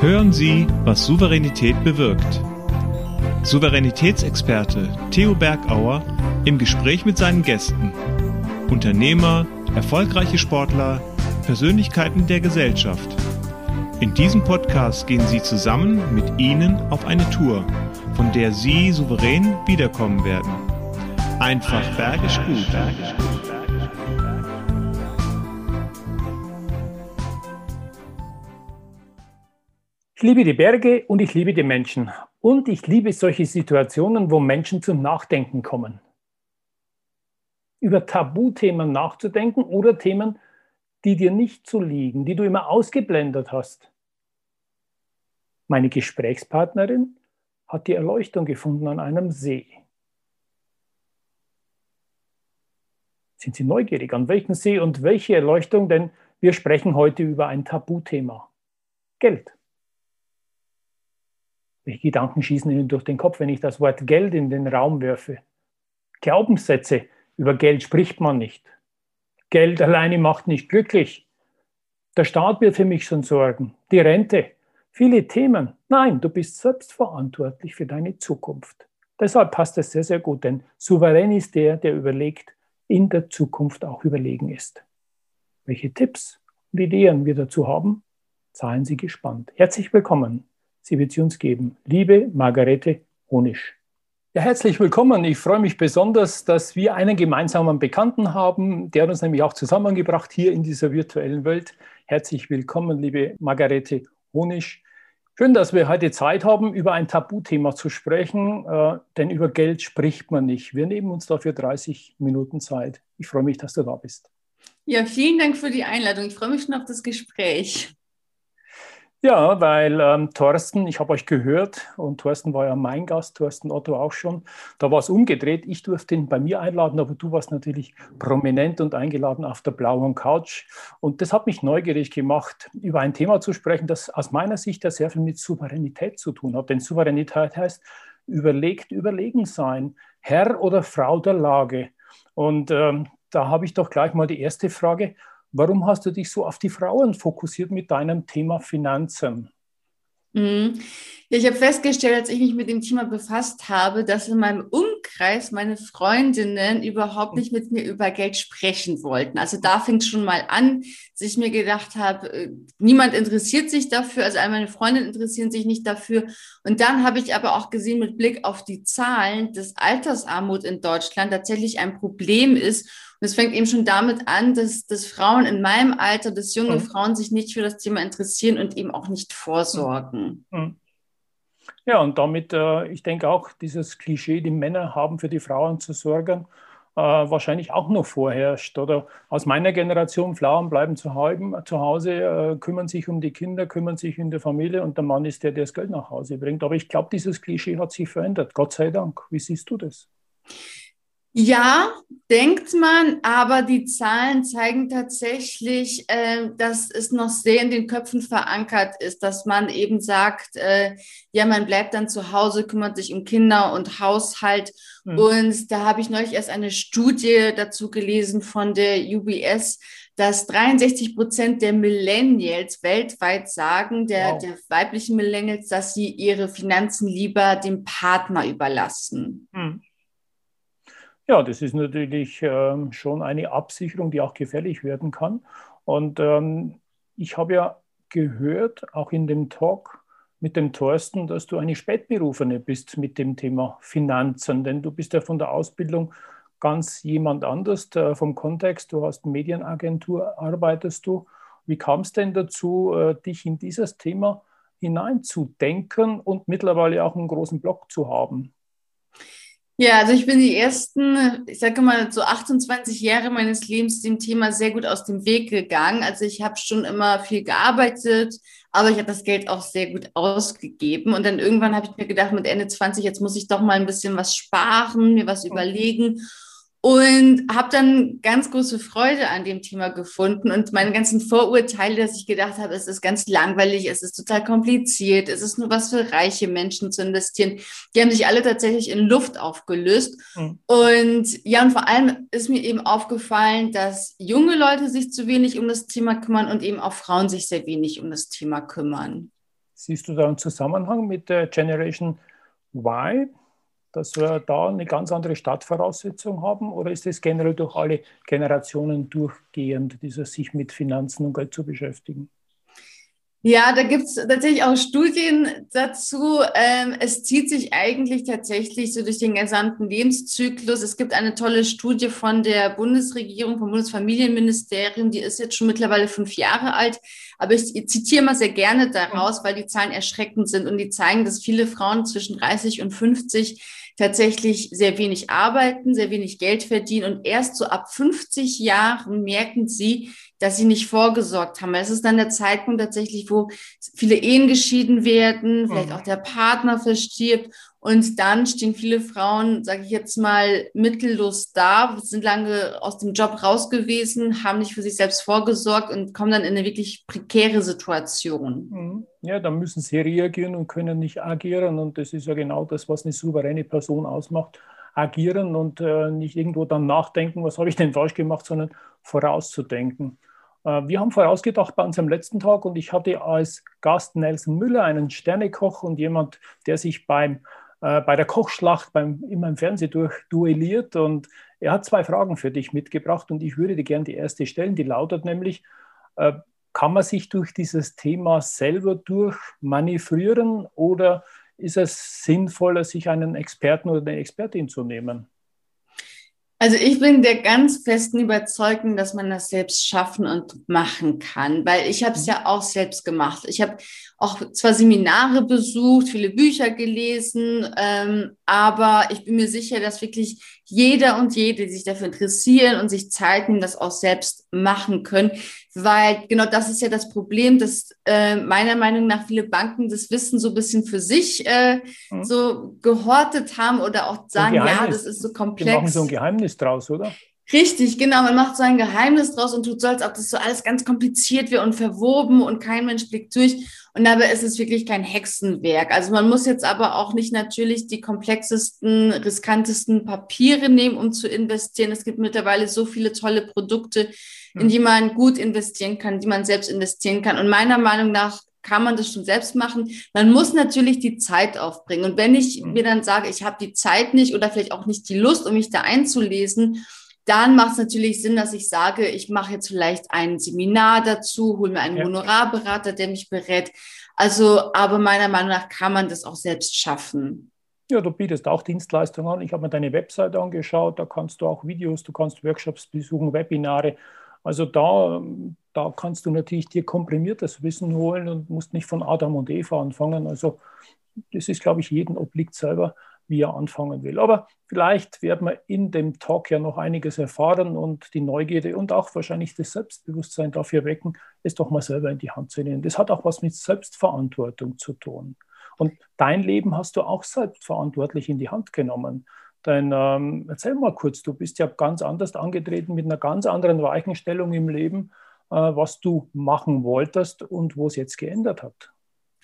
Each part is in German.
Hören Sie, was Souveränität bewirkt. Souveränitätsexperte Theo Bergauer im Gespräch mit seinen Gästen. Unternehmer, erfolgreiche Sportler, Persönlichkeiten der Gesellschaft. In diesem Podcast gehen Sie zusammen mit Ihnen auf eine Tour, von der Sie souverän wiederkommen werden. Einfach bergisch gut. Ich liebe die Berge und ich liebe die Menschen. Und ich liebe solche Situationen, wo Menschen zum Nachdenken kommen. Über Tabuthemen nachzudenken oder Themen, die dir nicht so liegen, die du immer ausgeblendet hast. Meine Gesprächspartnerin hat die Erleuchtung gefunden an einem See. Sind Sie neugierig, an welchen See und welche Erleuchtung? Denn wir sprechen heute über ein Tabuthema. Geld. Welche Gedanken schießen Ihnen durch den Kopf, wenn ich das Wort Geld in den Raum werfe? Glaubenssätze, über Geld spricht man nicht. Geld alleine macht nicht glücklich. Der Staat wird für mich schon sorgen. Die Rente. Viele Themen. Nein, du bist selbst verantwortlich für deine Zukunft. Deshalb passt es sehr, sehr gut, denn souverän ist der, der überlegt, in der Zukunft auch überlegen ist. Welche Tipps und Ideen wir dazu haben, seien Sie gespannt. Herzlich willkommen. Sie wird sie uns geben. Liebe Margarete Honisch. Ja, herzlich willkommen. Ich freue mich besonders, dass wir einen gemeinsamen Bekannten haben, der uns nämlich auch zusammengebracht hier in dieser virtuellen Welt. Herzlich willkommen, liebe Margarete Honisch. Schön, dass wir heute Zeit haben, über ein Tabuthema zu sprechen, denn über Geld spricht man nicht. Wir nehmen uns dafür 30 Minuten Zeit. Ich freue mich, dass du da bist. Ja, vielen Dank für die Einladung. Ich freue mich schon auf das Gespräch. Ja, weil Thorsten, ich habe euch gehört und Thorsten war ja mein Gast, Thorsten Otto auch schon. Da war es umgedreht. Ich durfte ihn bei mir einladen, aber du warst natürlich prominent und eingeladen auf der blauen Couch. Und das hat mich neugierig gemacht, über ein Thema zu sprechen, das aus meiner Sicht ja sehr viel mit Souveränität zu tun hat. Denn Souveränität heißt überlegt, überlegen sein, Herr oder Frau der Lage. Und da habe ich doch gleich mal die erste Frage. Warum hast du dich so auf die Frauen fokussiert mit deinem Thema Finanzen? Ja, ich habe festgestellt, als ich mich mit dem Thema befasst habe, dass in meinem Umkreis meine Freundinnen überhaupt nicht mit mir über Geld sprechen wollten. Also da fing es schon mal an, dass ich mir gedacht habe, niemand interessiert sich dafür, also all meine Freundinnen interessieren sich nicht dafür. Und dann habe ich aber auch gesehen, mit Blick auf die Zahlen, dass Altersarmut in Deutschland tatsächlich ein Problem ist. Und es fängt eben schon damit an, dass Frauen in meinem Alter, dass junge Frauen sich nicht für das Thema interessieren und eben auch nicht vorsorgen. Ja, und damit, ich denke auch, dieses Klischee, die Männer haben für die Frauen zu sorgen, wahrscheinlich auch noch vorherrscht. Oder aus meiner Generation, Frauen bleiben zu Hause, kümmern sich um die Kinder, kümmern sich in der Familie und der Mann ist der, der das Geld nach Hause bringt. Aber ich glaube, dieses Klischee hat sich verändert. Gott sei Dank. Wie siehst du das? Ja, denkt man, aber die Zahlen zeigen tatsächlich, dass es noch sehr in den Köpfen verankert ist, dass man eben sagt, ja, man bleibt dann zu Hause, kümmert sich um Kinder und Haushalt. Und da habe ich neulich erst eine Studie dazu gelesen von der UBS, dass 63% der Millennials weltweit sagen, der weiblichen Millennials, dass sie ihre Finanzen lieber dem Partner überlassen. Ja, das ist natürlich schon eine Absicherung, die auch gefährlich werden kann. Und ich habe ja gehört, auch in dem Talk mit dem Thorsten, dass du eine Spätberufene bist mit dem Thema Finanzen. Denn du bist ja von der Ausbildung ganz jemand anders, vom Kontext. Du hast Medienagentur, arbeitest du. Wie kam es denn dazu, dich in dieses Thema hineinzudenken und mittlerweile auch einen großen Blog zu haben? Ja, also ich bin die ersten, ich sage mal, so 28 Jahre meines Lebens dem Thema sehr gut aus dem Weg gegangen. Also ich habe schon immer viel gearbeitet, aber ich habe das Geld auch sehr gut ausgegeben. Und dann irgendwann habe ich mir gedacht, mit Ende 20, jetzt muss ich doch mal ein bisschen was sparen, mir was überlegen. Und habe dann ganz große Freude an dem Thema gefunden und meine ganzen Vorurteile, dass ich gedacht habe, es ist ganz langweilig, es ist total kompliziert, es ist nur was für reiche Menschen zu investieren. Die haben sich alle tatsächlich in Luft aufgelöst. Und ja, und vor allem ist mir eben aufgefallen, dass junge Leute sich zu wenig um das Thema kümmern und eben auch Frauen sich sehr wenig um das Thema kümmern. Siehst du da einen Zusammenhang mit der Generation Y, dass wir da eine ganz andere Startvoraussetzung haben? Oder ist das generell durch alle Generationen durchgehend, sich mit Finanzen und Geld zu beschäftigen? Ja, da gibt es tatsächlich auch Studien dazu. Es zieht sich eigentlich tatsächlich so durch den gesamten Lebenszyklus. Es gibt eine tolle Studie von der Bundesregierung, vom Bundesfamilienministerium, die ist jetzt schon mittlerweile 5 Jahre alt. Aber ich zitiere mal sehr gerne daraus, weil die Zahlen erschreckend sind und die zeigen, dass viele Frauen zwischen 30 und 50 tatsächlich sehr wenig arbeiten, sehr wenig Geld verdienen und erst so ab 50 Jahren merken sie, dass sie nicht vorgesorgt haben. Es ist dann der Zeitpunkt tatsächlich, wo viele Ehen geschieden werden, vielleicht auch der Partner verstirbt und dann stehen viele Frauen, sage ich jetzt mal, mittellos da, sind lange aus dem Job raus gewesen, haben nicht für sich selbst vorgesorgt und kommen dann in eine wirklich prekäre Situation. Ja, dann müssen sie reagieren und können nicht agieren und das ist ja genau das, was eine souveräne Person ausmacht. Agieren und nicht irgendwo dann nachdenken, was habe ich denn falsch gemacht, sondern vorauszudenken. Wir haben vorausgedacht bei unserem letzten Tag und ich hatte als Gast Nelson Müller, einen Sternekoch und jemand, der sich bei der Kochschlacht immer im Fernsehen duelliert. Und er hat 2 Fragen für dich mitgebracht und ich würde dir gerne die erste stellen. Die lautet nämlich, kann man sich durch dieses Thema selber durchmanövrieren oder ist es sinnvoller, sich einen Experten oder eine Expertin zu nehmen? Also ich bin der ganz festen Überzeugung, dass man das selbst schaffen und machen kann, weil ich habe es ja auch selbst gemacht. Ich habe auch zwar Seminare besucht, viele Bücher gelesen, aber ich bin mir sicher, dass wirklich jeder und jede, die sich dafür interessieren und sich Zeit nehmen, das auch selbst machen können, weil genau das ist ja das Problem, dass meiner Meinung nach viele Banken das Wissen so ein bisschen für sich so gehortet haben oder auch sagen, ja, das ist so komplex. Die machen so ein Geheimnis draus, oder? Richtig, genau. Man macht so ein Geheimnis draus und tut so, als ob das so alles ganz kompliziert wäre und verwoben und kein Mensch blickt durch. Und dabei ist es wirklich kein Hexenwerk. Also man muss jetzt aber auch nicht natürlich die komplexesten, riskantesten Papiere nehmen, um zu investieren. Es gibt mittlerweile so viele tolle Produkte, in die man gut investieren kann, die man selbst investieren kann. Und meiner Meinung nach kann man das schon selbst machen. Man muss natürlich die Zeit aufbringen. Und wenn ich mir dann sage, ich habe die Zeit nicht oder vielleicht auch nicht die Lust, um mich da einzulesen, dann macht es natürlich Sinn, dass ich sage, ich mache jetzt vielleicht ein Seminar dazu, hole mir einen Honorarberater, der mich berät. Also, aber meiner Meinung nach kann man das auch selbst schaffen. Ja, du bietest auch Dienstleistungen an. Ich habe mir deine Webseite angeschaut, da kannst du auch Videos, du kannst Workshops besuchen, Webinare. Also da kannst du natürlich dir komprimiertes Wissen holen und musst nicht von Adam und Eva anfangen. Also das ist, glaube ich, jedem obliegt selber, wie er anfangen will. Aber vielleicht werden wir in dem Talk ja noch einiges erfahren und die Neugierde und auch wahrscheinlich das Selbstbewusstsein dafür wecken, es doch mal selber in die Hand zu nehmen. Das hat auch was mit Selbstverantwortung zu tun. Und dein Leben hast du auch selbstverantwortlich in die Hand genommen. Denn erzähl mal kurz, du bist ja ganz anders angetreten mit einer ganz anderen Weichenstellung im Leben, was du machen wolltest und wo es jetzt geändert hat.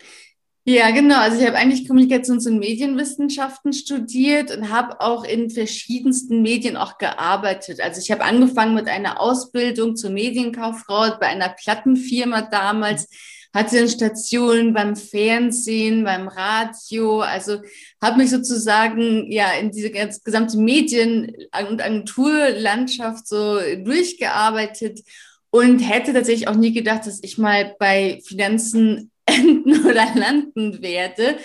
Ja, genau. Also ich habe eigentlich Kommunikations- und Medienwissenschaften studiert und habe auch in verschiedensten Medien auch gearbeitet. Also ich habe angefangen mit einer Ausbildung zur Medienkauffrau bei einer Plattenfirma damals, hatte dann Stationen beim Fernsehen, beim Radio, also habe mich sozusagen ja in diese gesamte Medien- und Agenturlandschaft so durchgearbeitet und hätte tatsächlich auch nie gedacht, dass ich mal bei Finanzen enden oder landen werde.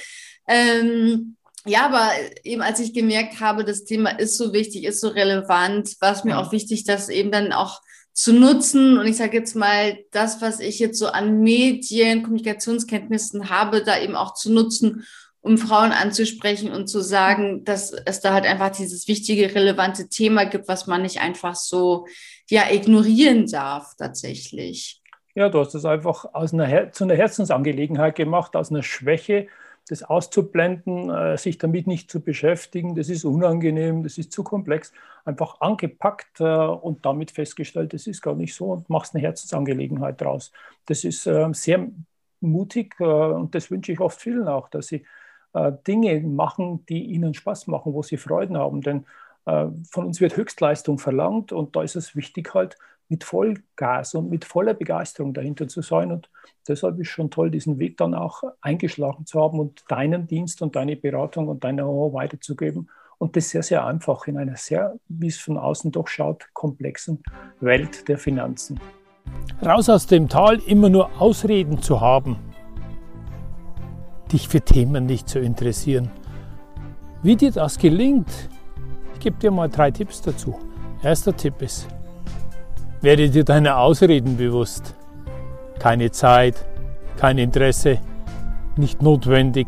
Ja, aber eben als ich gemerkt habe, das Thema ist so wichtig, ist so relevant, war es mir auch wichtig, das eben dann auch zu nutzen. Und ich sage jetzt mal, das, was ich jetzt so an Medien, Kommunikationskenntnissen habe, da eben auch zu nutzen, um Frauen anzusprechen und zu sagen, dass es da halt einfach dieses wichtige, relevante Thema gibt, was man nicht einfach so ja ignorieren darf tatsächlich. Ja, du hast es einfach zu einer Herzensangelegenheit gemacht, aus einer Schwäche, das auszublenden, sich damit nicht zu beschäftigen, das ist unangenehm, das ist zu komplex, einfach angepackt und damit festgestellt, das ist gar nicht so und machst eine Herzensangelegenheit draus. Das ist sehr mutig und das wünsche ich oft vielen auch, dass sie Dinge machen, die ihnen Spaß machen, wo sie Freuden haben, denn von uns wird Höchstleistung verlangt und da ist es wichtig halt, mit Vollgas und mit voller Begeisterung dahinter zu sein. Und deshalb ist schon toll, diesen Weg dann auch eingeschlagen zu haben und deinen Dienst und deine Beratung und deine Know-how weiterzugeben. Und das sehr, sehr einfach in einer sehr, wie es von außen doch schaut, komplexen Welt der Finanzen. Raus aus dem Tal, immer nur Ausreden zu haben, dich für Themen nicht zu interessieren. Wie dir das gelingt, ich gebe dir mal 3 Tipps dazu. Erster Tipp ist, werde dir deiner Ausreden bewusst. Keine Zeit, kein Interesse, nicht notwendig.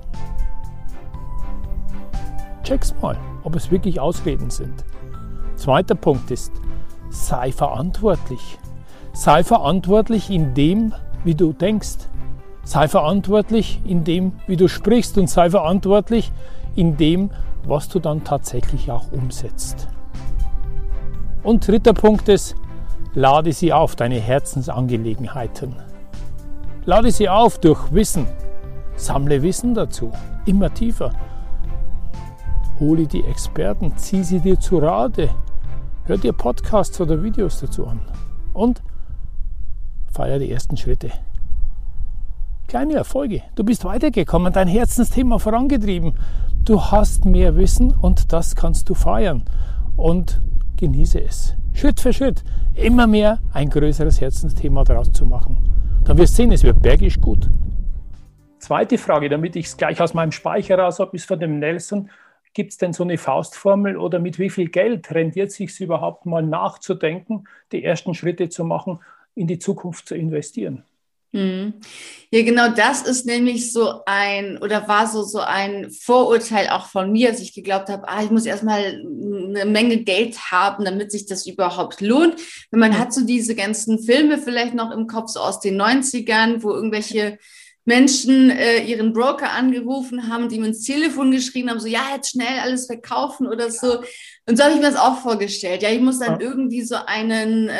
Check's mal, ob es wirklich Ausreden sind. Zweiter Punkt ist, sei verantwortlich. Sei verantwortlich in dem, wie du denkst. Sei verantwortlich in dem, wie du sprichst und sei verantwortlich in dem, was du dann tatsächlich auch umsetzt. Und dritter Punkt ist, lade sie auf, deine Herzensangelegenheiten. Lade sie auf durch Wissen. Sammle Wissen dazu, immer tiefer. Hole die Experten, zieh sie dir zu Rate. Hör dir Podcasts oder Videos dazu an. Und feier die ersten Schritte. Kleine Erfolge. Du bist weitergekommen, dein Herzensthema vorangetrieben. Du hast mehr Wissen und das kannst du feiern. Und genieße es. Schritt für Schritt. Immer mehr ein größeres Herzensthema daraus zu machen. Dann wirst du sehen, es wird bergisch gut. Zweite Frage, damit ich es gleich aus meinem Speicher raus habe, ist von dem Nelson. Gibt es denn so eine Faustformel oder mit wie viel Geld rendiert es sich überhaupt mal nachzudenken, die ersten Schritte zu machen, in die Zukunft zu investieren? Ja, genau das ist nämlich so ein, oder war so ein Vorurteil auch von mir, dass ich geglaubt habe, ich muss erstmal eine Menge Geld haben, damit sich das überhaupt lohnt. Wenn man hat so diese ganzen Filme vielleicht noch im Kopf, so aus den 90ern, wo irgendwelche Menschen ihren Broker angerufen haben, die ihm ins Telefon geschrien haben, so, ja, jetzt schnell alles verkaufen oder so. Und so habe ich mir das auch vorgestellt. Ja, ich muss dann irgendwie so einen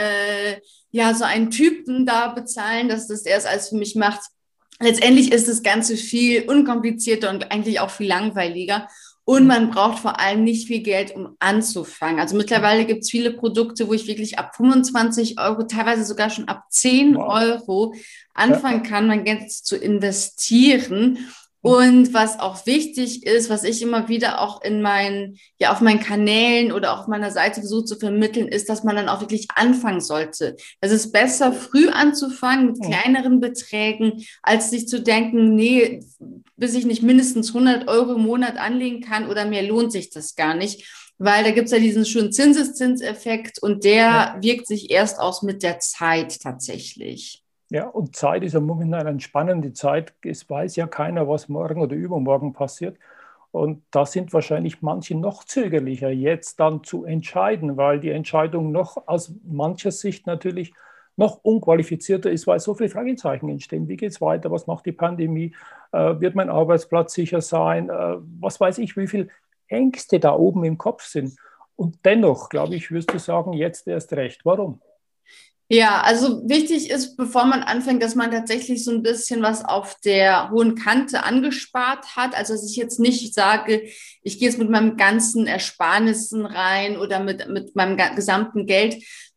Typen da bezahlen, dass das erst alles für mich macht. Letztendlich ist das Ganze viel unkomplizierter und eigentlich auch viel langweiliger. Und man braucht vor allem nicht viel Geld, um anzufangen. Also mittlerweile gibt es viele Produkte, wo ich wirklich ab 25 Euro, teilweise sogar schon ab 10 Euro anfangen kann, mein Geld zu investieren. Und was auch wichtig ist, was ich immer wieder auch auf meinen Kanälen oder auf meiner Seite versuche zu vermitteln, ist, dass man dann auch wirklich anfangen sollte. Es ist besser, früh anzufangen mit kleineren Beträgen, als sich zu denken, nee, bis ich nicht mindestens 100 Euro im Monat anlegen kann oder mehr lohnt sich das gar nicht. Weil da gibt es ja diesen schönen Zinseszinseffekt und der wirkt sich erst aus mit der Zeit tatsächlich. Ja, und Zeit ist ja momentan eine spannende Zeit. Es weiß ja keiner, was morgen oder übermorgen passiert. Und da sind wahrscheinlich manche noch zögerlicher, jetzt dann zu entscheiden, weil die Entscheidung noch aus mancher Sicht natürlich noch unqualifizierter ist, weil so viele Fragezeichen entstehen. Wie geht es weiter? Was macht die Pandemie? Wird mein Arbeitsplatz sicher sein? Was weiß ich, wie viele Ängste da oben im Kopf sind. Und dennoch, glaube ich, wirst du sagen, jetzt erst recht. Warum? Ja, also wichtig ist, bevor man anfängt, dass man tatsächlich so ein bisschen was auf der hohen Kante angespart hat. Also dass ich jetzt nicht sage, ich gehe jetzt mit meinem ganzen Ersparnissen rein oder mit meinem gesamten Geld,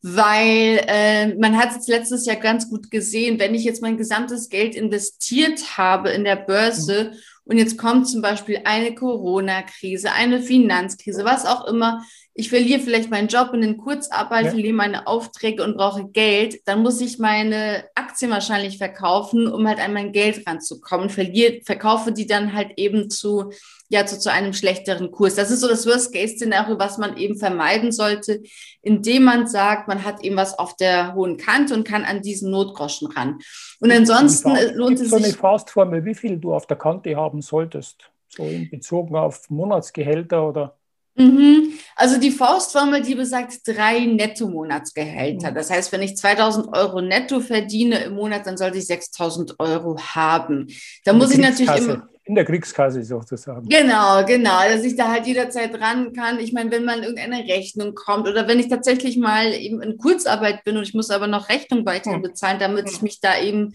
weil man hat es letztes Jahr ganz gut gesehen, wenn ich jetzt mein gesamtes Geld investiert habe in der Börse und jetzt kommt zum Beispiel eine Corona-Krise, eine Finanzkrise, was auch immer, ich verliere vielleicht meinen Job in Kurzarbeit, verliere meine Aufträge und brauche Geld, dann muss ich meine Aktien wahrscheinlich verkaufen, um halt an mein Geld ranzukommen. Verkaufe die dann halt eben zu einem schlechteren Kurs. Das ist so das Worst-Case-Szenario, was man eben vermeiden sollte, indem man sagt, man hat eben was auf der hohen Kante und kann an diesen Notgroschen ran. Und ansonsten lohnt es sich... So eine Faustformel, wie viel du auf der Kante haben solltest, so in Bezug auf Monatsgehälter oder... Also die Faustformel, die besagt 3 Netto-Monatsgehälter. Das heißt, wenn ich 2.000 Euro netto verdiene im Monat, dann sollte ich 6.000 Euro haben. Da muss ich natürlich immer... In der Kriegskasse sozusagen. Genau, dass ich da halt jederzeit ran kann. Ich meine, wenn mal irgendeine Rechnung kommt oder wenn ich tatsächlich mal eben in Kurzarbeit bin und ich muss aber noch Rechnung weiter bezahlen, damit ich mich da eben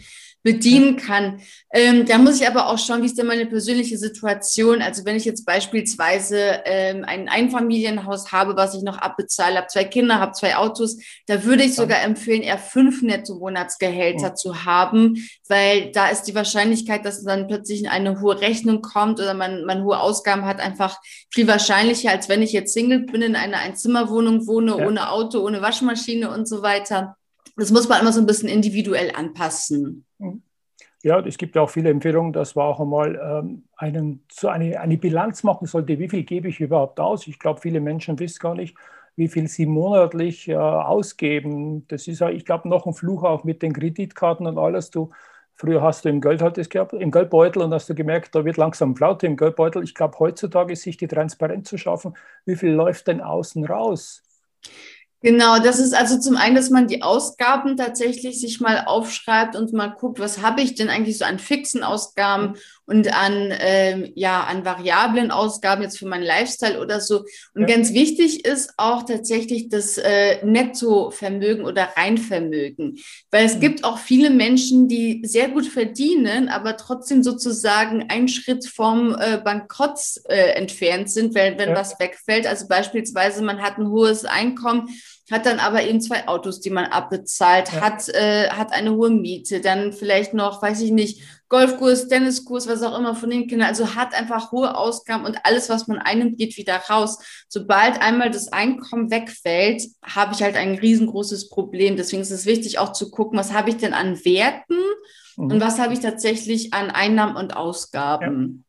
bedienen kann. Da muss ich aber auch schauen, wie ist denn meine persönliche Situation. Also wenn ich jetzt beispielsweise ein Einfamilienhaus habe, was ich noch abbezahle, habe 2 Kinder, habe 2 Autos, da würde ich sogar empfehlen, eher 5 Netto-Monatsgehälter zu haben, weil da ist die Wahrscheinlichkeit, dass dann plötzlich eine hohe Rechnung kommt oder man hohe Ausgaben hat, einfach viel wahrscheinlicher, als wenn ich jetzt Single bin, in einer Einzimmerwohnung wohne, ohne Auto, ohne Waschmaschine und so weiter. Das muss man immer so ein bisschen individuell anpassen. Ja, es gibt ja auch viele Empfehlungen, dass man auch einmal eine Bilanz machen sollte. Wie viel gebe ich überhaupt aus? Ich glaube, viele Menschen wissen gar nicht, wie viel sie monatlich ausgeben. Das ist ja, ich glaube, noch ein Fluch auch mit den Kreditkarten und alles. Früher hast du im Geld halt das gehabt, im Geldbeutel, und hast du gemerkt, da wird langsam Flaute im Geldbeutel. Ich glaube, heutzutage ist sich die Transparenz zu schaffen. Wie viel läuft denn außen raus? Genau, das ist also zum einen, dass man die Ausgaben tatsächlich sich mal aufschreibt und mal guckt, was habe ich denn eigentlich so an fixen Ausgaben und an variablen Ausgaben jetzt für meinen Lifestyle oder so. Und ganz wichtig ist auch tatsächlich das Nettovermögen oder Reinvermögen, weil es gibt auch viele Menschen, die sehr gut verdienen, aber trotzdem sozusagen einen Schritt vom Bankrott entfernt sind, wenn was wegfällt. Also beispielsweise man hat ein hohes Einkommen, hat dann aber eben 2 Autos, die man abbezahlt, hat eine hohe Miete, dann vielleicht noch, weiß ich nicht, Golfkurs, Tenniskurs, was auch immer von den Kindern, also hat einfach hohe Ausgaben und alles, was man einnimmt, geht wieder raus. Sobald einmal das Einkommen wegfällt, habe ich halt ein riesengroßes Problem. Deswegen ist es wichtig auch zu gucken, was habe ich denn an Werten und was habe ich tatsächlich an Einnahmen und Ausgaben.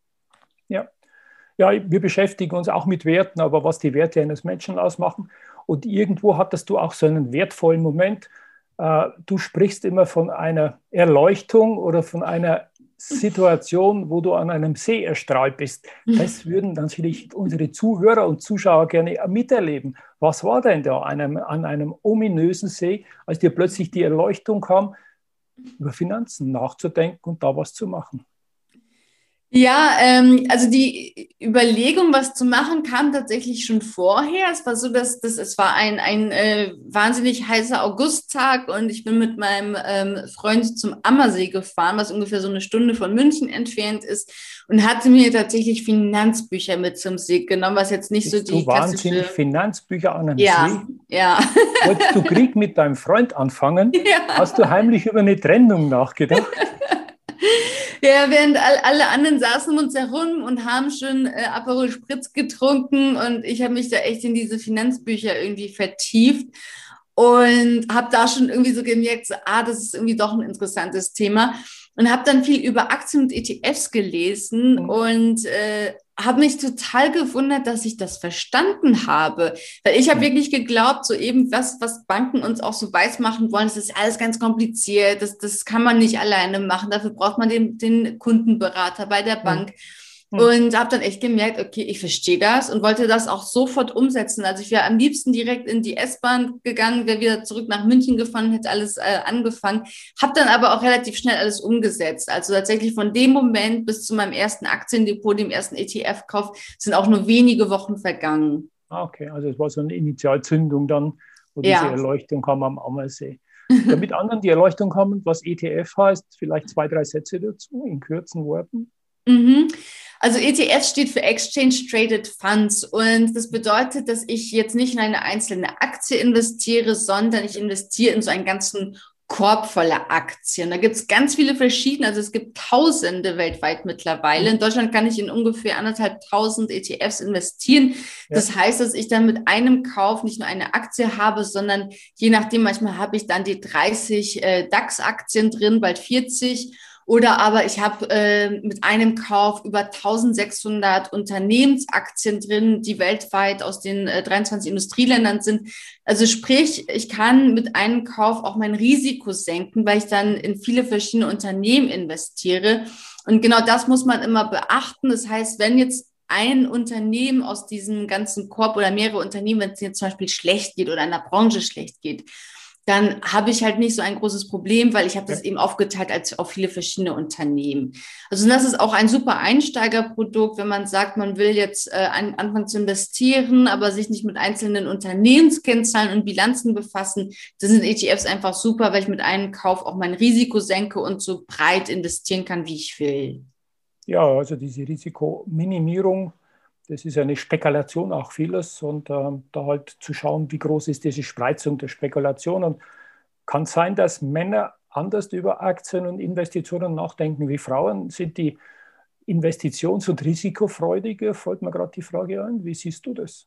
Ja, wir beschäftigen uns auch mit Werten, aber was die Werte eines Menschen ausmachen. Und irgendwo hattest du auch so einen wertvollen Moment. Du sprichst immer von einer Erleuchtung oder von einer Situation, wo du an einem See erstrahlt bist. Das würden natürlich unsere Zuhörer und Zuschauer gerne miterleben. Was war denn da an einem ominösen See, als dir plötzlich die Erleuchtung kam, über Finanzen nachzudenken und da was zu machen? Ja, also die Überlegung, was zu machen, kam tatsächlich schon vorher. Es war so, dass es war ein wahnsinnig heißer Augusttag und ich bin mit meinem Freund zum Ammersee gefahren, was ungefähr so eine Stunde von München entfernt ist, und hatte mir tatsächlich Finanzbücher mit zum See genommen, was jetzt nicht so die wahnsinnig Finanzbücher an einem See? Ja. Wolltest du Krieg mit deinem Freund anfangen? Ja. Hast du heimlich über eine Trennung nachgedacht? Ja, während alle anderen saßen um uns herum und haben schon Aperol Spritz getrunken und ich habe mich da echt in diese Finanzbücher irgendwie vertieft und habe da schon irgendwie so gemerkt, das ist irgendwie doch ein interessantes Thema, und habe dann viel über Aktien und ETFs gelesen und habe mich total gewundert, dass ich das verstanden habe. Weil ich habe wirklich geglaubt, so eben was Banken uns auch so weiß machen wollen, das ist alles ganz kompliziert, das kann man nicht alleine machen, dafür braucht man den Kundenberater bei der Bank. Und habe dann echt gemerkt, okay, ich verstehe das und wollte das auch sofort umsetzen. Also ich wäre am liebsten direkt in die S-Bahn gegangen, wäre wieder zurück nach München gefahren, hätte alles angefangen. Habe dann aber auch relativ schnell alles umgesetzt. Also tatsächlich von dem Moment bis zu meinem ersten Aktiendepot, dem ersten ETF-Kauf, sind auch nur wenige Wochen vergangen. Okay, also es war so eine Initialzündung dann, wo diese Erleuchtung kam am Ammersee. Damit anderen die Erleuchtung kam, was ETF heißt, vielleicht 2, 3 Sätze dazu in kurzen Worten. Also ETF steht für Exchange Traded Funds und das bedeutet, dass ich jetzt nicht in eine einzelne Aktie investiere, sondern ich investiere in so einen ganzen Korb voller Aktien. Da gibt es ganz viele verschiedene, also es gibt Tausende weltweit mittlerweile. In Deutschland kann ich in ungefähr 1.500 ETFs investieren. Das heißt, dass ich dann mit einem Kauf nicht nur eine Aktie habe, sondern je nachdem, manchmal habe ich dann die 30 DAX-Aktien drin, bald 40. Oder aber ich habe mit einem Kauf über 1.600 Unternehmensaktien drin, die weltweit aus den 23 Industrieländern sind. Also sprich, ich kann mit einem Kauf auch mein Risiko senken, weil ich dann in viele verschiedene Unternehmen investiere. Und genau das muss man immer beachten. Das heißt, wenn jetzt ein Unternehmen aus diesem ganzen Korb oder mehrere Unternehmen, wenn es jetzt zum Beispiel schlecht geht oder in der Branche schlecht geht, dann habe ich halt nicht so ein großes Problem, weil ich habe das eben aufgeteilt als auf viele verschiedene Unternehmen. Also das ist auch ein super Einsteigerprodukt, wenn man sagt, man will jetzt anfangen zu investieren, aber sich nicht mit einzelnen Unternehmenskennzahlen und Bilanzen befassen. Da sind ETFs einfach super, weil ich mit einem Kauf auch mein Risiko senke und so breit investieren kann, wie ich will. Ja, also diese Risikominimierung, das ist eine Spekulation auch vieles und da halt zu schauen, wie groß ist diese Spreizung der Spekulation. Und kann sein, dass Männer anders über Aktien und Investitionen nachdenken wie Frauen. Sind die investitions- und risikofreudiger? Fällt mir gerade die Frage ein. Wie siehst du das?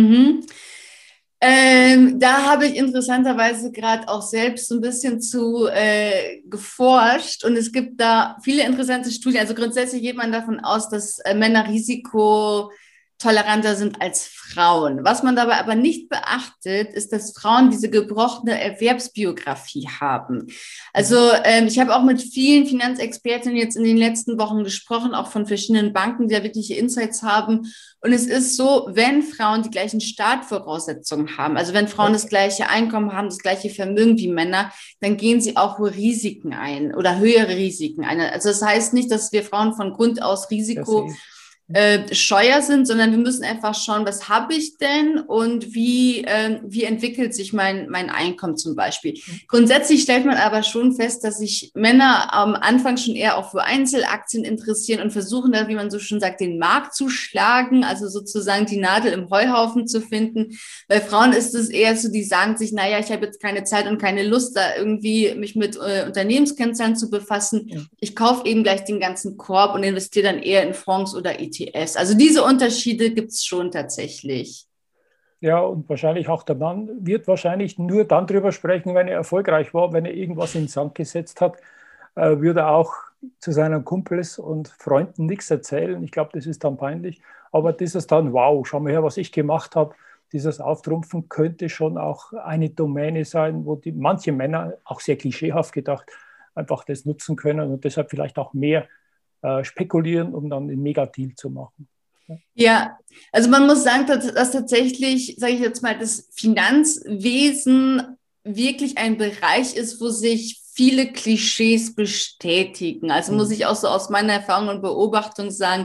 Da habe ich interessanterweise gerade auch selbst so ein bisschen zu geforscht und es gibt da viele interessante Studien. Also grundsätzlich geht man davon aus, dass Männer risikotoleranter sind als Frauen. Was man dabei aber nicht beachtet, ist, dass Frauen diese gebrochene Erwerbsbiografie haben. Also ich habe auch mit vielen Finanzexpertinnen jetzt in den letzten Wochen gesprochen, auch von verschiedenen Banken, die da wirkliche Insights haben. Und es ist so, wenn Frauen die gleichen Startvoraussetzungen haben, also wenn Frauen das gleiche Einkommen haben, das gleiche Vermögen wie Männer, dann gehen sie auch hohe Risiken ein oder höhere Risiken ein. Also das heißt nicht, dass wir Frauen von Grund aus scheuer sind, sondern wir müssen einfach schauen, was habe ich denn und wie entwickelt sich mein Einkommen zum Beispiel. Grundsätzlich stellt man aber schon fest, dass sich Männer am Anfang schon eher auch für Einzelaktien interessieren und versuchen da, wie man so schon sagt, den Markt zu schlagen, also sozusagen die Nadel im Heuhaufen zu finden. Bei Frauen ist es eher so, die sagen sich, naja, ich habe jetzt keine Zeit und keine Lust, da irgendwie mich mit Unternehmenskennzahlen zu befassen. Ja. Ich kaufe eben gleich den ganzen Korb und investiere dann eher in Fonds oder ETFs. Also diese Unterschiede gibt es schon tatsächlich. Ja, und wahrscheinlich auch der Mann wird wahrscheinlich nur dann drüber sprechen, wenn er erfolgreich war, wenn er irgendwas in den Sand gesetzt hat, würde er auch zu seinen Kumpels und Freunden nichts erzählen. Ich glaube, das ist dann peinlich. Aber dieses dann, wow, schau mal her, was ich gemacht habe, dieses Auftrumpfen könnte schon auch eine Domäne sein, wo manche Männer, auch sehr klischeehaft gedacht, einfach das nutzen können und deshalb vielleicht auch mehr spekulieren, um dann einen Megadeal zu machen. Ja, also man muss sagen, dass tatsächlich, sage ich jetzt mal, das Finanzwesen wirklich ein Bereich ist, wo sich viele Klischees bestätigen. Also muss ich auch so aus meiner Erfahrung und Beobachtung sagen,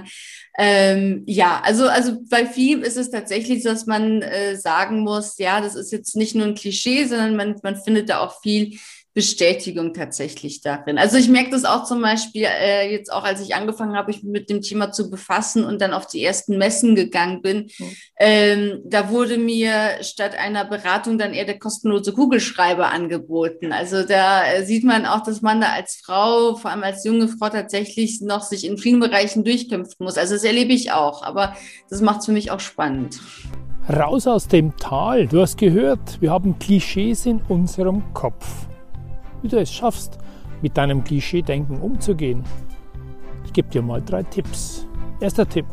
also bei vielen ist es tatsächlich so, dass man sagen muss, ja, das ist jetzt nicht nur ein Klischee, sondern man findet da auch viel Bestätigung tatsächlich darin. Also ich merke das auch zum Beispiel jetzt auch, als ich angefangen habe, mich mit dem Thema zu befassen und dann auf die ersten Messen gegangen bin. Da wurde mir statt einer Beratung dann eher der kostenlose Kugelschreiber angeboten. Also da sieht man auch, dass man da als Frau, vor allem als junge Frau, tatsächlich noch sich in vielen Bereichen durchkämpfen muss. Also das erlebe ich auch, aber das macht es für mich auch spannend. Raus aus dem Tal. Du hast gehört, wir haben Klischees in unserem Kopf. Wie du es schaffst, mit deinem Klischee-Denken umzugehen. Ich gebe dir mal 3 Tipps. Erster Tipp.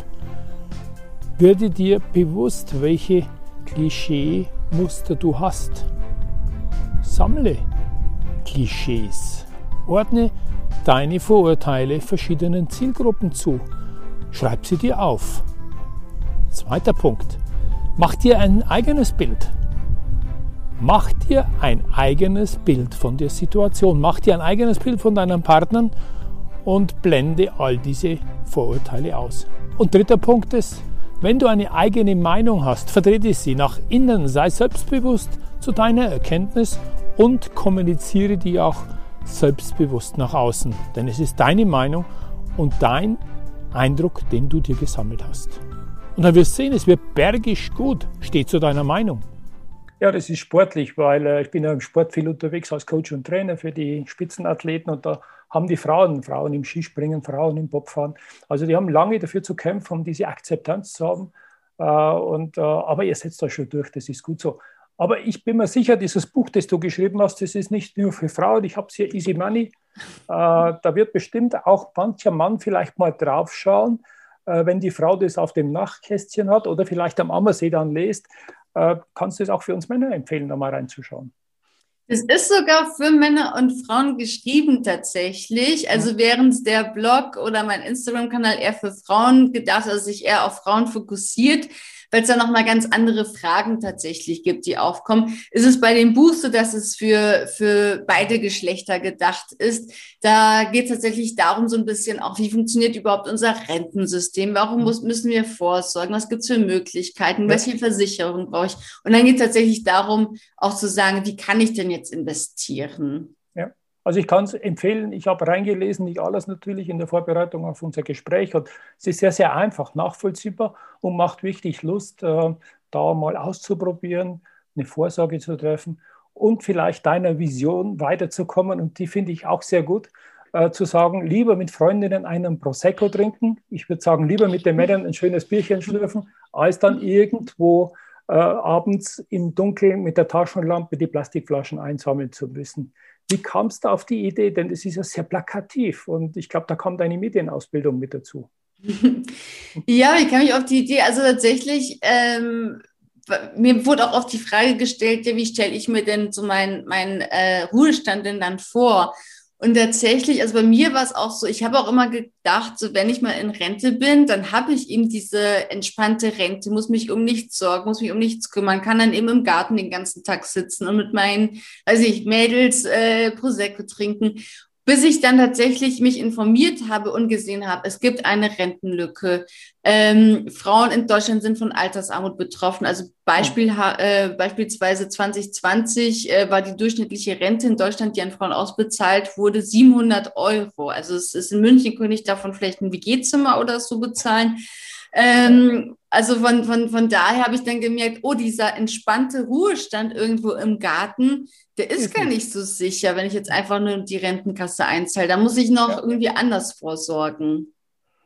Werde dir bewusst, welche Klischee-Muster du hast. Sammle Klischees. Ordne deine Vorurteile verschiedenen Zielgruppen zu. Schreib sie dir auf. Zweiter Punkt. Mach dir ein eigenes Bild. Mach dir ein eigenes Bild von der Situation. Mach dir ein eigenes Bild von deinen Partnern und blende all diese Vorurteile aus. Und dritter Punkt ist, wenn du eine eigene Meinung hast, vertrete sie nach innen, sei selbstbewusst zu deiner Erkenntnis und kommuniziere die auch selbstbewusst nach außen. Denn es ist deine Meinung und dein Eindruck, den du dir gesammelt hast. Und dann wirst du sehen, es wird bergisch gut. Steh zu deiner Meinung. Ja, das ist sportlich, weil ich bin ja im Sport viel unterwegs als Coach und Trainer für die Spitzenathleten und da haben die Frauen im Skispringen, Frauen im Bobfahren, also die haben lange dafür zu kämpfen, um diese Akzeptanz zu haben. Aber ihr setzt euch schon durch, das ist gut so. Aber ich bin mir sicher, dieses Buch, das du geschrieben hast, das ist nicht nur für Frauen, ich habe es hier, Easy Money, da wird bestimmt auch mancher Mann vielleicht mal drauf schauen, wenn die Frau das auf dem Nachtkästchen hat oder vielleicht am Ammersee dann lest. Kannst du es auch für uns Männer empfehlen, da mal reinzuschauen? Es ist sogar für Männer und Frauen geschrieben tatsächlich. Also während der Blog oder mein Instagram-Kanal eher für Frauen gedacht, also sich eher auf Frauen fokussiert, weil es da nochmal ganz andere Fragen tatsächlich gibt, die aufkommen. Ist es bei dem Buch so, dass es für beide Geschlechter gedacht ist? Da geht es tatsächlich darum, so ein bisschen auch, wie funktioniert überhaupt unser Rentensystem? Warum müssen wir vorsorgen? Was gibt es für Möglichkeiten? Welche Versicherung brauche ich? Und dann geht es tatsächlich darum, auch zu sagen, wie kann ich denn jetzt investieren? Ja. Also ich kann es empfehlen, ich habe reingelesen, nicht alles natürlich in der Vorbereitung auf unser Gespräch. Und es ist sehr, sehr einfach, nachvollziehbar und macht wirklich Lust, da mal auszuprobieren, eine Vorsorge zu treffen und vielleicht deiner Vision weiterzukommen. Und die finde ich auch sehr gut, zu sagen, lieber mit Freundinnen einen Prosecco trinken. Ich würde sagen, lieber mit den Männern ein schönes Bierchen schlürfen, als dann irgendwo abends im Dunkeln mit der Taschenlampe die Plastikflaschen einsammeln zu müssen. Wie kamst du auf die Idee? Denn es ist ja sehr plakativ und ich glaube, da kommt deine Medienausbildung mit dazu. Ja, wie kam ich auf die Idee? Also tatsächlich, mir wurde auch oft die Frage gestellt, ja, wie stelle ich mir denn so meinen Ruhestand denn dann vor? Und tatsächlich, also bei mir war es auch so, ich habe auch immer gedacht, so wenn ich mal in Rente bin, dann habe ich eben diese entspannte Rente, muss mich um nichts sorgen, muss mich um nichts kümmern, kann dann eben im Garten den ganzen Tag sitzen und mit meinen, weiß ich, Mädels Prosecco trinken. Bis ich dann tatsächlich mich informiert habe und gesehen habe, es gibt eine Rentenlücke. Frauen in Deutschland sind von Altersarmut betroffen. Also beispielsweise 2020 war die durchschnittliche Rente in Deutschland, die an Frauen ausbezahlt wurde, 700 Euro. Also es ist in München, könnte ich davon vielleicht ein WG-Zimmer oder so bezahlen. Also von daher habe ich dann gemerkt, oh, dieser entspannte Ruhestand irgendwo im Garten, der ist gar nicht so sicher, wenn ich jetzt einfach nur die Rentenkasse einzahle. Da muss ich noch irgendwie anders vorsorgen.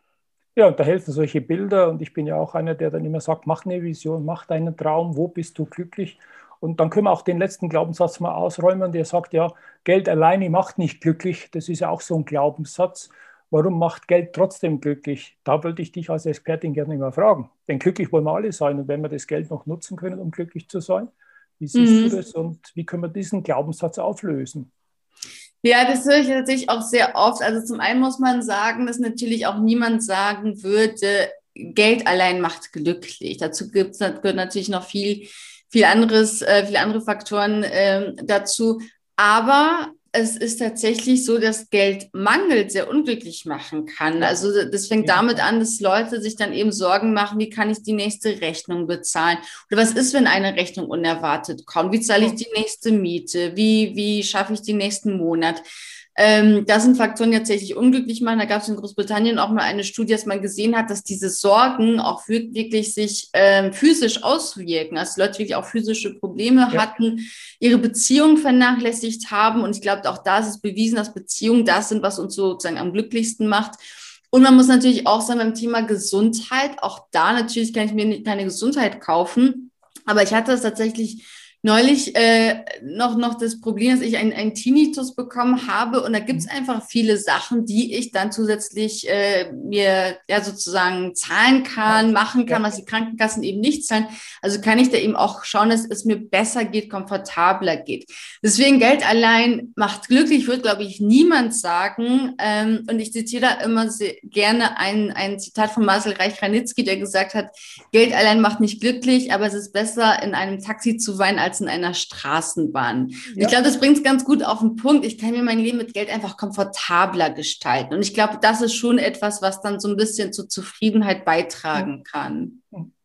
Ja, und da helfen solche Bilder. Und ich bin ja auch einer, der dann immer sagt, mach eine Vision, mach deinen Traum, wo bist du glücklich? Und dann können wir auch den letzten Glaubenssatz mal ausräumen, der sagt, ja, Geld alleine macht nicht glücklich. Das ist ja auch so ein Glaubenssatz. Warum macht Geld trotzdem glücklich? Da würde ich dich als Expertin gerne mal fragen. Denn glücklich wollen wir alle sein. Und wenn wir das Geld noch nutzen können, um glücklich zu sein, wie siehst du das und wie können wir diesen Glaubenssatz auflösen? Ja, das höre ich tatsächlich auch sehr oft. Also zum einen muss man sagen, dass natürlich auch niemand sagen würde, Geld allein macht glücklich. Gehört natürlich noch viel anderes, viele andere Faktoren dazu. Aber es ist tatsächlich so, dass Geldmangel sehr unglücklich machen kann. Also das fängt damit an, dass Leute sich dann eben Sorgen machen, wie kann ich die nächste Rechnung bezahlen? Oder was ist, wenn eine Rechnung unerwartet kommt? Wie zahle ich die nächste Miete? Wie schaffe ich den nächsten Monat? Das sind Faktoren, die tatsächlich unglücklich machen. Da gab es in Großbritannien auch mal eine Studie, dass man gesehen hat, dass diese Sorgen auch wirklich sich physisch auswirken. Also Leute wirklich auch physische Probleme hatten, ihre Beziehung vernachlässigt haben. Und ich glaube, auch da ist es bewiesen, dass Beziehungen das sind, was uns sozusagen am glücklichsten macht. Und man muss natürlich auch sagen, beim Thema Gesundheit, auch da natürlich kann ich mir keine Gesundheit kaufen. Aber ich hatte es tatsächlich neulich noch das Problem, dass ich einen Tinnitus bekommen habe und da gibt es einfach viele Sachen, die ich dann zusätzlich mir ja sozusagen zahlen kann, machen kann, was die Krankenkassen eben nicht zahlen. Also kann ich da eben auch schauen, dass es mir besser geht, komfortabler geht. Deswegen Geld allein macht glücklich, wird, glaube ich, niemand sagen. Und ich zitiere da immer sehr gerne ein Zitat von Marcel Reich-Ranitzky, der gesagt hat, Geld allein macht nicht glücklich, aber es ist besser, in einem Taxi zu weinen, als in einer Straßenbahn. Ich glaube, das bringt es ganz gut auf den Punkt. Ich kann mir mein Leben mit Geld einfach komfortabler gestalten. Und ich glaube, das ist schon etwas, was dann so ein bisschen zur Zufriedenheit beitragen kann.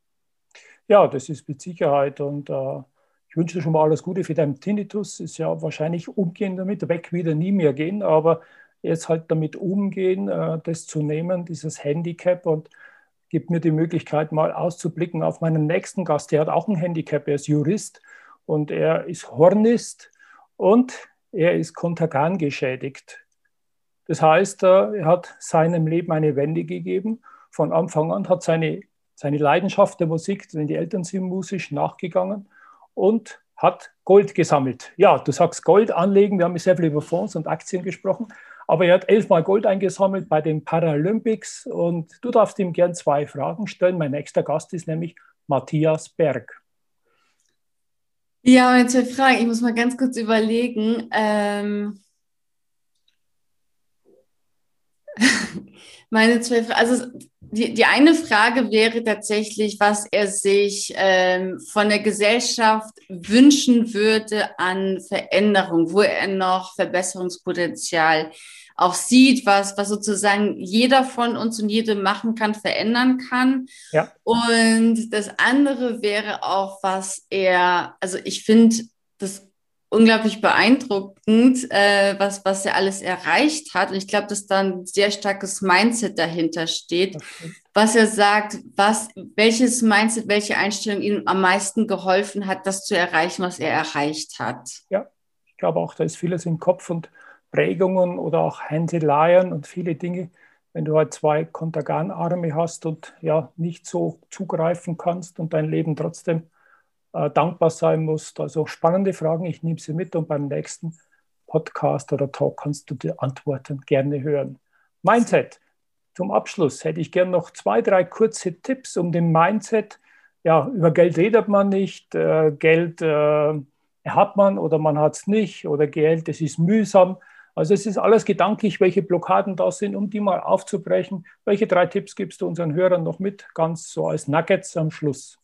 Ja, das ist mit Sicherheit. Und ich wünsche dir schon mal alles Gute für deinen Tinnitus. Ist ja wahrscheinlich umgehen damit, weg wieder nie mehr gehen, aber jetzt halt damit umgehen, das zu nehmen, dieses Handicap und gibt mir die Möglichkeit, mal auszublicken auf meinen nächsten Gast. Der hat auch ein Handicap, er ist Jurist. Und er ist Hornist und er ist Kontergan geschädigt. Das heißt, er hat seinem Leben eine Wende gegeben. Von Anfang an hat seine Leidenschaft der Musik, denn die Eltern sind musisch, nachgegangen und hat Gold gesammelt. Ja, du sagst Gold anlegen, wir haben sehr viel über Fonds und Aktien gesprochen, aber er hat 11-mal Gold eingesammelt bei den Paralympics und du darfst ihm gern 2 Fragen stellen. Mein nächster Gast ist nämlich Matthias Berg. Ja, meine 2 Fragen. Ich muss mal ganz kurz überlegen. Meine zwei Fragen, also die eine Frage wäre tatsächlich, was er sich von der Gesellschaft wünschen würde an Veränderung, wo er noch Verbesserungspotenzial auch sieht, was sozusagen jeder von uns und jede machen kann, verändern kann. Ja. Und das andere wäre auch, also ich finde das unglaublich beeindruckend, was er alles erreicht hat. Und ich glaube, dass da ein sehr starkes Mindset dahinter steht, was er sagt, welches Mindset, welche Einstellung ihm am meisten geholfen hat, das zu erreichen, was er erreicht hat. Ja, ich glaube auch, da ist vieles im Kopf und Prägungen oder auch Hänseleien und viele Dinge. Wenn du halt 2 Kontergan-Arme hast und ja nicht so zugreifen kannst und dein Leben trotzdem dankbar sein musst. Also spannende Fragen, ich nehme sie mit und beim nächsten Podcast oder Talk kannst du die Antworten gerne hören. Mindset. Zum Abschluss hätte ich gerne noch 2, 3 kurze Tipps um den Mindset. Ja, über Geld redet man nicht, Geld hat man oder man hat es nicht oder Geld, es ist mühsam. Also es ist alles gedanklich, welche Blockaden da sind, um die mal aufzubrechen. Welche 3 Tipps gibst du unseren Hörern noch mit, ganz so als Nuggets am Schluss?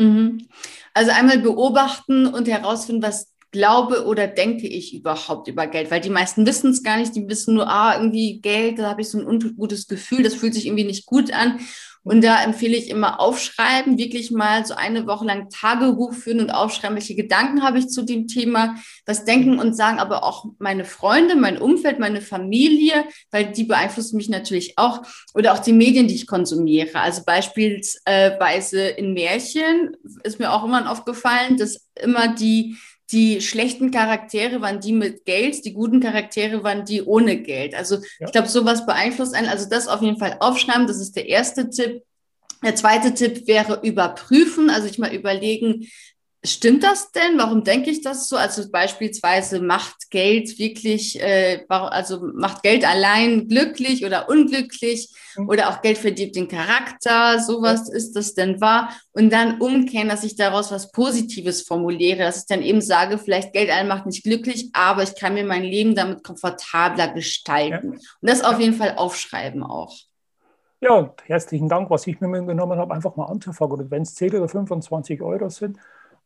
Also einmal beobachten und herausfinden, was glaube oder denke ich überhaupt über Geld, weil die meisten wissen es gar nicht, die wissen nur, irgendwie Geld, da habe ich so ein ungutes Gefühl, das fühlt sich irgendwie nicht gut an. Und da empfehle ich immer aufschreiben, wirklich mal so eine Woche lang Tagebuch führen und aufschreiben, welche Gedanken habe ich zu dem Thema, was denken und sagen aber auch meine Freunde, mein Umfeld, meine Familie, weil die beeinflussen mich natürlich auch, oder auch die Medien, die ich konsumiere. Also beispielsweise in Märchen ist mir auch immer aufgefallen, dass immer die schlechten Charaktere waren die mit Geld, die guten Charaktere waren die ohne Geld. Also ich glaube, sowas beeinflusst einen. Also das auf jeden Fall aufschreiben, das ist der erste Tipp. Der zweite Tipp wäre überprüfen, also ich mal überlegen, stimmt das denn? Warum denke ich das so? Also beispielsweise macht Geld wirklich, macht Geld allein glücklich oder unglücklich oder auch Geld verdirbt den Charakter, sowas ist das denn wahr? Und dann umkehren, dass ich daraus was Positives formuliere, dass ich dann eben sage, vielleicht Geld allein macht nicht glücklich, aber ich kann mir mein Leben damit komfortabler gestalten. Und das auf jeden Fall aufschreiben auch. Ja, und herzlichen Dank, was ich mir mitgenommen habe, einfach mal anzufangen. Und wenn es 10 oder 25 Euro sind,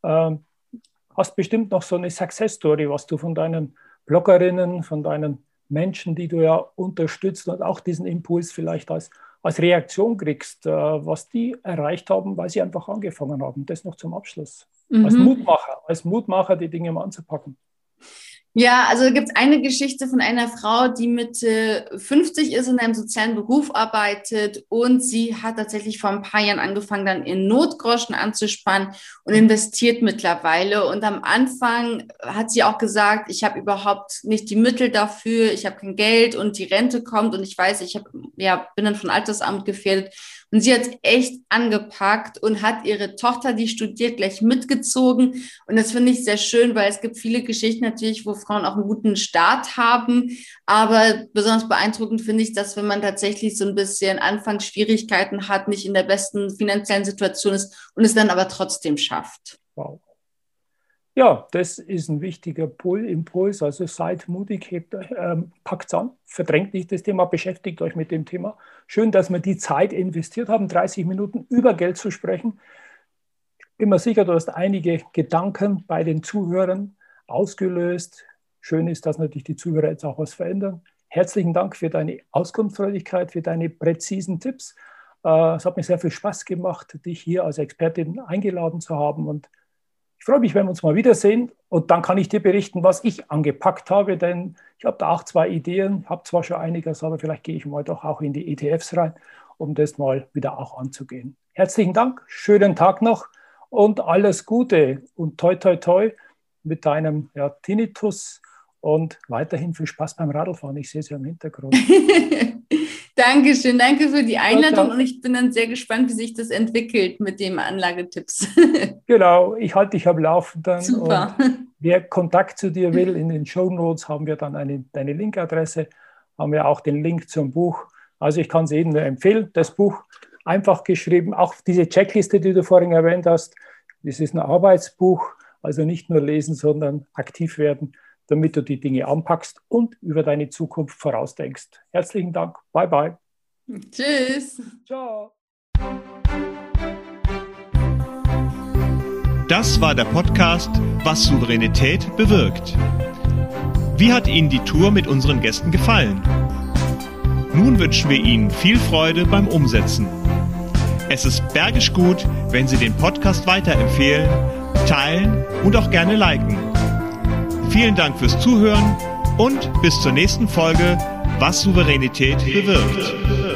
hast bestimmt noch so eine Success-Story, was du von deinen Bloggerinnen, von deinen Menschen, die du ja unterstützt und auch diesen Impuls vielleicht als Reaktion kriegst, was die erreicht haben, weil sie einfach angefangen haben. Das noch zum Abschluss. Als Mutmacher die Dinge mal anzupacken. Ja, also gibt es eine Geschichte von einer Frau, die Mitte 50 ist, in einem sozialen Beruf arbeitet und sie hat tatsächlich vor ein paar Jahren angefangen, dann ihren Notgroschen anzusparen und investiert mittlerweile. Und am Anfang hat sie auch gesagt, ich habe überhaupt nicht die Mittel dafür, ich habe kein Geld und die Rente kommt und ich weiß, bin dann von Altersarmut gefährdet. Und sie hat es echt angepackt und hat ihre Tochter, die studiert, gleich mitgezogen. Und das finde ich sehr schön, weil es gibt viele Geschichten natürlich, wo Frauen auch einen guten Start haben. Aber besonders beeindruckend finde ich, dass wenn man tatsächlich so ein bisschen Anfangsschwierigkeiten hat, nicht in der besten finanziellen Situation ist und es dann aber trotzdem schafft. Wow. Ja, das ist ein wichtiger Impuls. Also seid mutig, packt es an, verdrängt nicht das Thema, beschäftigt euch mit dem Thema. Schön, dass wir die Zeit investiert haben, 30 Minuten über Geld zu sprechen. Bin mir sicher, du hast einige Gedanken bei den Zuhörern ausgelöst. Schön ist, dass natürlich die Zuhörer jetzt auch was verändern. Herzlichen Dank für deine Auskunftsfreudigkeit, für deine präzisen Tipps. Es hat mir sehr viel Spaß gemacht, dich hier als Expertin eingeladen zu haben und ich freue mich, wenn wir uns mal wiedersehen und dann kann ich dir berichten, was ich angepackt habe, denn ich habe da auch 2 Ideen, habe zwar schon einiges, aber vielleicht gehe ich mal doch auch in die ETFs rein, um das mal wieder auch anzugehen. Herzlichen Dank, schönen Tag noch und alles Gute und toi toi toi mit deinem Tinnitus und weiterhin viel Spaß beim Radlfahren. Ich sehe es ja im Hintergrund. Dankeschön, danke für die Einladung und ich bin dann sehr gespannt, wie sich das entwickelt mit den Anlagetipps. Genau, ich halte dich am Laufenden. Super. Und wer Kontakt zu dir will, in den Shownotes haben wir dann deine Linkadresse, haben wir auch den Link zum Buch. Also ich kann es jedem nur empfehlen, das Buch einfach geschrieben, auch diese Checkliste, die du vorhin erwähnt hast, das ist ein Arbeitsbuch, also nicht nur lesen, sondern aktiv werden. damit du die Dinge anpackst und über deine Zukunft vorausdenkst. Herzlichen Dank. Bye, bye. Tschüss. Ciao. Das war der Podcast Was Souveränität bewirkt. Wie hat Ihnen die Tour mit unseren Gästen gefallen? Nun wünschen wir Ihnen viel Freude beim Umsetzen. Es ist bergisch gut, wenn Sie den Podcast weiterempfehlen, teilen und auch gerne liken. Vielen Dank fürs Zuhören und bis zur nächsten Folge Was Souveränität bewirkt.